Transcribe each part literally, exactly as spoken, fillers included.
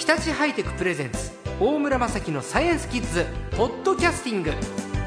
日立ハイテクプレゼンツ大村雅樹のサイエンスキッズポッドキャスティング。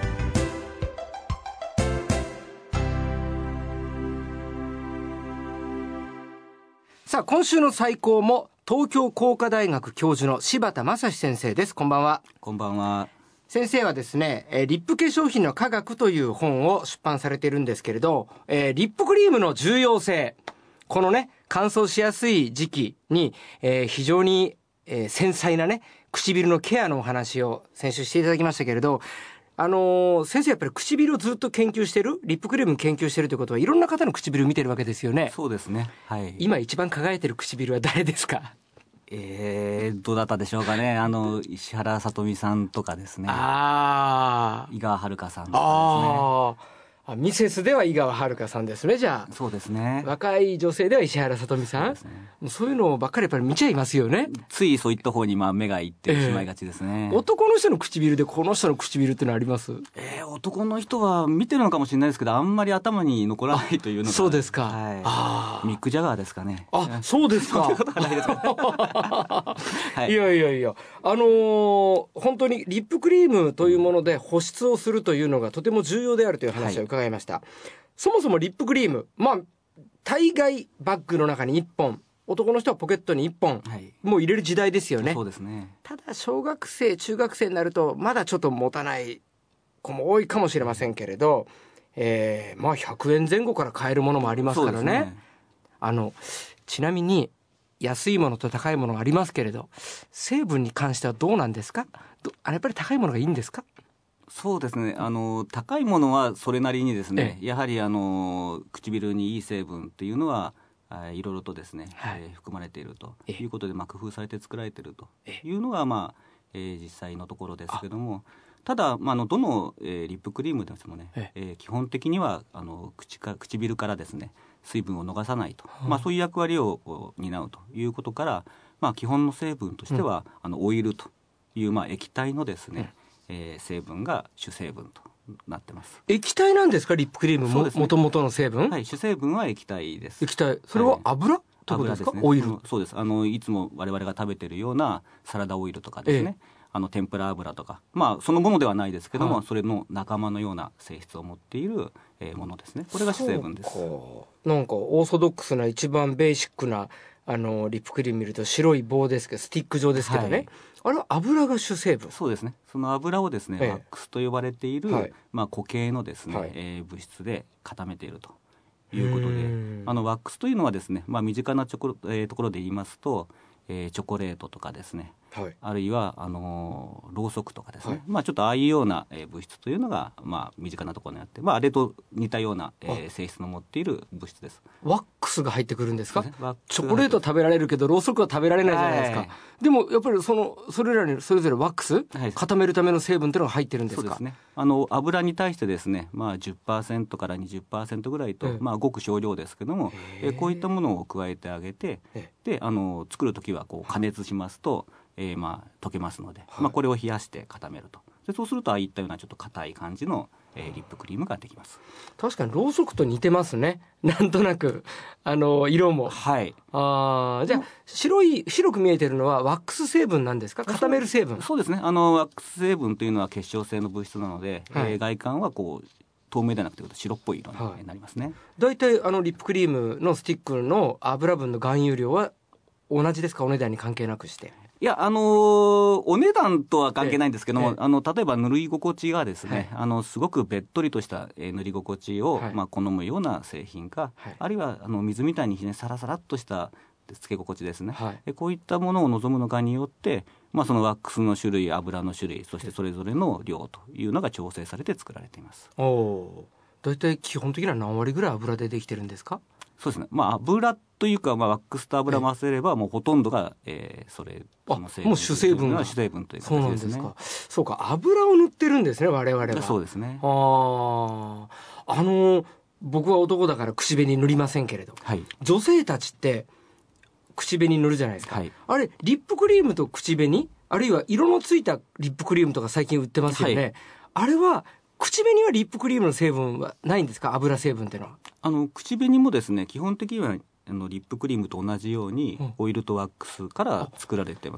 さあ、今週の最高も東京工科大学教授の柴田正史先生です。こんばんは。 こんばんは。 先生はですね、リップ化粧品の科学という本を出版されているんですけれど、えー、リップクリームの重要性、このね、乾燥しやすい時期に、えー、非常に、えー、繊細なね、唇のケアのお話を先週していただきましたけれど、あのー、先生やっぱり唇をずっと研究してる、リップクリーム研究してるということはいろんな方の唇を見てるわけですよね。 そうですね。はい。 今一番輝いてる唇は誰ですか？ えー、どうだったでしょうかね。あの石原さとみさんとかですね。 ああ。 井川遥さんとかですね。 ああ。ミセスでは井川遥さんですね。じゃあそうですね。 若い女性では石原さとみさん。そうですね。もうそういうのばっかりやっぱり見ちゃいますよね。 ついそういった方にまあ目がいってしまいがちですね。 えー、男の人の唇でこの人の唇ってのあります？ えー、男の人は見てるのかもしれないですけど、あんまり頭に残らないというのが。 そうですか。 はい、 あミック・ジャガーですかね。 あ、そうですか。 そんなことはないですか、 はい、いやいやいや、あのー、本当にリップクリームというもので保湿をするというのがとても重要であるという話を伺いました。はい、そもそもリップクリーム、まあ大概バッグの中にいっぽん、男の人はポケットにいっぽん、はい、もう入れる時代ですよね。 そうですね。 ただ小学生中学生になるとまだちょっと持たない子も多いかもしれませんけれど、えー、まあひゃくえんぜん後から買えるものもありますからね。ね、あのちなみに安いものと高いものがありますけれど、成分に関してはどうなんですか？あれやっぱり高いものがいいんですか？ そうですね。あの高いものはそれなりにですね、やはりあの唇にいい成分っていうのはいろいろとですね、はい、えー、含まれているということで、まあ、工夫されて作られているというのが、まあえー、実際のところですけども、ただ、まあ、あのどの、えー、リップクリームでもね、ええー、基本的にはあの 口か唇からですね水分を逃さないと、うん、まあ、そういう役割を担うということから、まあ、基本の成分としては、うん、あのオイルという、まあ、液体のですね、うん、えー、成分が主成分となってます。 液体なんですか、リップクリームも、もともとの成分？ はい、主成分は液体です。 液体、それは油、はい、ってことですか？オイル。 そうです。あのいつも我々が食べているようなサラダオイルとかですね、ええ、あの天ぷら油とか、まあそのものではないですけども、はい、それの仲間のような性質を持っている、えー、ものですね。これが主成分です。 そうか。なんかオーソドックスな一番ベーシックなあのリップクリーム見ると白い棒ですけど、スティック状ですけどね、はい、あれは油が主成分？ そうですね。その油をですね、ええ、ワックスと呼ばれている、はい、まあ、固形のですね、はい、えー、物質で固めているということで、あのワックスというのはですね、まあ、身近なチョコ、えー、ところで言いますと、えー、チョコレートとかですね、はい、あるいはあのー、ろうそくとかですね、はい、まあ、ちょっとああいうような、えー、物質というのが、まあ、身近なところにあって、まあ、あれと似たような、えー、性質の持っている物質です。 ワックスが入ってくるんですか？チョコレート食べられるけどろうそくは食べられないじゃないですか、はい、でもやっぱりそのそれらにそれぞれワックス、はい、固めるための成分というのが入ってるんですか？ そうですね。あの油に対してですね、まあ、じゅっパーセント から にじゅっパーセント ぐらいと、まあ、ごく少量ですけども、えー、こういったものを加えてあげて、であの作るときはこう加熱しますと、えー、まあ溶けますので、はい、まあ、これを冷やして固めると。でそうするとああいったようなちょっと硬い感じの、えー、リップクリームができます。 確かにろうそくと似てますね、なんとなくあの色も。 はい。 あ、じゃあ白い白く見えてるのはワックス成分なんですか？固める成分？ そうですね。あのワックス成分というのは結晶性の物質なので、はい、えー、外観はこう透明ではなくて白っぽい色になりますね。 だいたいあのリップクリームのスティックの油分の含有量は同じですか？お値段に関係なくして。 いや、あのー、お値段とは関係ないんですけども、ええ、あの例えば塗り心地がですね、はい、あのすごくべっとりとした、えー、塗り心地を、はい、まあ、好むような製品か、はい、あるいはあの水みたいに、ね、サラサラっとしたつけ心地ですね、はい、こういったものを望むのかによって、まあ、そのワックスの種類、油の種類、そしてそれぞれの量というのが調整されて作られています。 お、だいたい基本的には何割ぐらい油でできてるんですか？ そうですね、まあ、油というか、まあ、ワックスと油を混ぜればもうほとんどが、えー、それあもう主成分が主成分という形ですね。 そうなんですか。そうか、油を塗ってるんですね、我々は。 そうですね。 ああの僕は男だから口紅塗りませんけれど、はい、女性たちって口紅塗るじゃないですか、はい、あれリップクリームと口紅、あるいは色のついたリップクリームとか最近売ってますよね、はい、あれは口紅はリップクリームの成分はないんですか？油成分っていうのは。 あの口紅もですね、基本的にはあのリップクリームと同じようにオイルとワックスから作られています。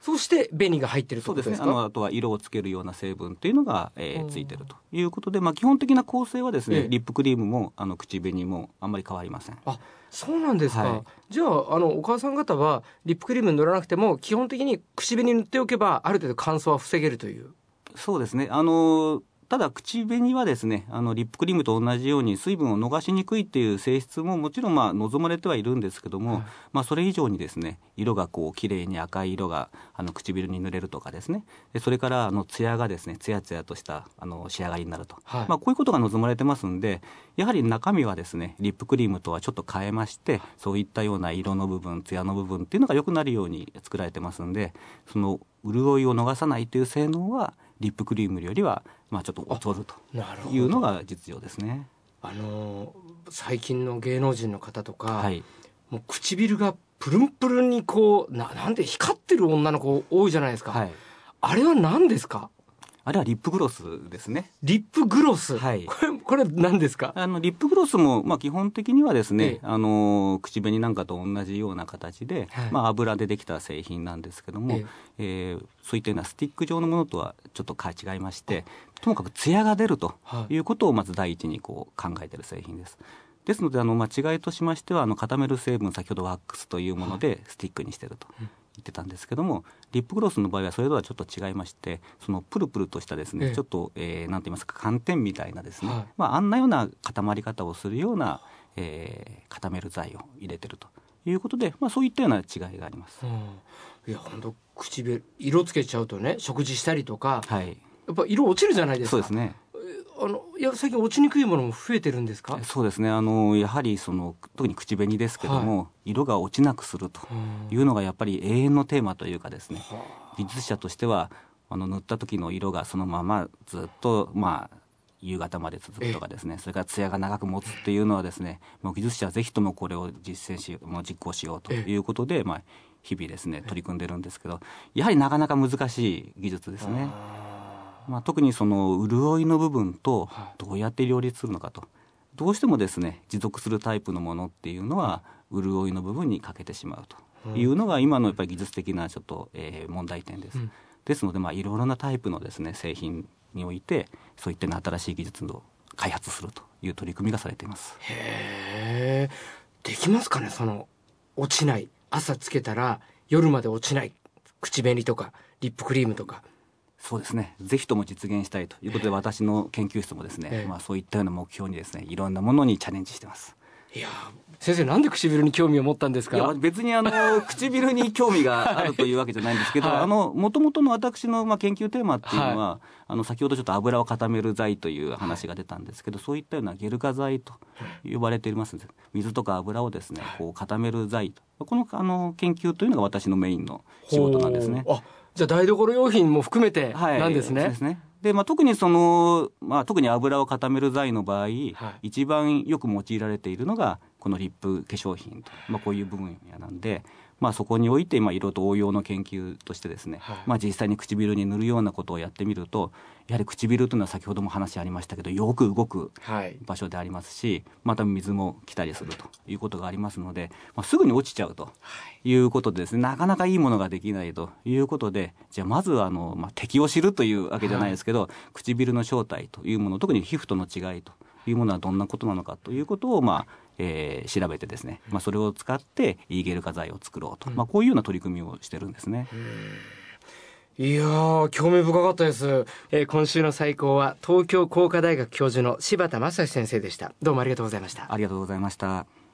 そして紅が入ってるということですか？ そうですね。あのあとは色をつけるような成分っていうのが、えー、ついてるということで、まあ、基本的な構成はですね、ええ、リップクリームもあの口紅もあんまり変わりません。 あ、そうなんですか。 はい、 じゃあ、あのお母さん方はリップクリーム塗らなくても基本的に口紅塗っておけばある程度乾燥は防げるという。 そうですね。あのただ口紅はですね、あのリップクリームと同じように水分を逃しにくいっていう性質ももちろんまあ望まれてはいるんですけども、はい、まあ、それ以上にですね、色がこう綺麗に赤い色があの唇に塗れるとかですね、でそれからあのツヤがですね、ツヤツヤとしたあの仕上がりになると、はい、まあ、こういうことが望まれてますんで、やはり中身はですね、リップクリームとはちょっと変えまして、そういったような色の部分、ツヤの部分っていうのが良くなるように作られてますんで、その潤いを逃さないという性能はリップクリームよりはまあちょっと劣るというのが実情ですね。 あの最近の芸能人の方とか、 はい、 もう唇がプルンプルンにこう な, なんで光ってる女の子多いじゃないですか、はい、あれは何ですか？ あれはリップグロスですね。 リップグロス、 はい、 これ、これ何ですか？ あのリップグロスも、まあ、基本的にはですね、ええ、あの口紅なんかと同じような形で、はい、まあ、油でできた製品なんですけども、えええー、そういったようなスティック状のものとはちょっと違いまして、ともかくツヤが出るということをまず第一にこう考えている製品です。ですので、あの、まあ、違いとしましては、あの固める成分、先ほどワックスというものでスティックにしていると言ってたんですけども、リップグロスの場合はそれとはちょっと違いまして、そのプルプルとしたですね、ええ、ちょっと、えー、なんて言いますか、寒天みたいなですね、はい、まあ、あんなような固まり方をするような、えー、固める剤を入れてるということで、まあ、そういったような違いがあります。うん、 いや本当唇色つけちゃうとね、食事したりとか、 はい、 やっぱ色落ちるじゃないですか。 そうですね。 あのいや最近落ちにくいものも増えてるんですか？ そうですね。あのやはりその特に口紅ですけども、はい、色が落ちなくするというのがやっぱり永遠のテーマというかですね、技術者としてはあの塗った時の色がそのままずっとまあ夕方まで続くとかですね、それから艶が長く持つっていうのはですね、もう技術者はぜひともこれを実践しもう実行しようということで、まあ、日々ですね取り組んでるんですけど、やはりなかなか難しい技術ですね。まあ、特にその潤いの部分とどうやって両立するのかと、どうしてもですね持続するタイプのものっていうのは潤いの部分に欠けてしまうというのが今のやっぱり技術的なちょっと、えー、問題点です。うん、ですので、まあ、いろいろなタイプのですね製品においてそういった新しい技術を開発するという取り組みがされています。 へー、できますかね、その落ちない、朝つけたら夜まで落ちない口紅とかリップクリームとか。 そうですね、ぜひとも実現したいということで、私の研究室もですね、えーまあ、そういったような目標にですねいろんなものにチャレンジしてます。 いや先生、なんで唇に興味を持ったんですか？ いや別にあの唇に興味があるというわけじゃないんですけど、はい、あのもともとの私のまあ研究テーマっていうのは、はい、あの先ほどちょっと油を固める剤という話が出たんですけど、はい、そういったようなゲル化剤と呼ばれています、水とか油をですねこう固める剤、このあの研究というのが私のメインの仕事なんですね。 あ、じゃあ台所用品も含めてなんですね。 はい、そうですね。でまあ、特にその、まあ、特に油を固める剤の場合、はい、一番よく用いられているのがこのリップ化粧品と、まあ、こういう部分やなんで、まあ、そこにおいて、まあ、色と応用の研究としてですね、はい、まあ、実際に唇に塗るようなことをやってみると、やはり唇というのは先ほども話ありましたけどよく動く場所でありますし、はい、また水も来たりするということがありますので、まあ、すぐに落ちちゃうということでですね、なかなかいいものができないということで、じゃあまずはあの、まあ、敵を知るというわけじゃないですけど、はい、唇の正体というもの、特に皮膚との違いというものはどんなことなのかということを、まあえー、調べてですね、まあ、それを使ってイーゲル化剤を作ろうと、うん、まあ、こういうような取り組みをしてるんですね。 いやー、興味深かったです。えー、今週の最高は東京工科大学教授の柴田正史先生でした。どうもありがとうございました。 ありがとうございました。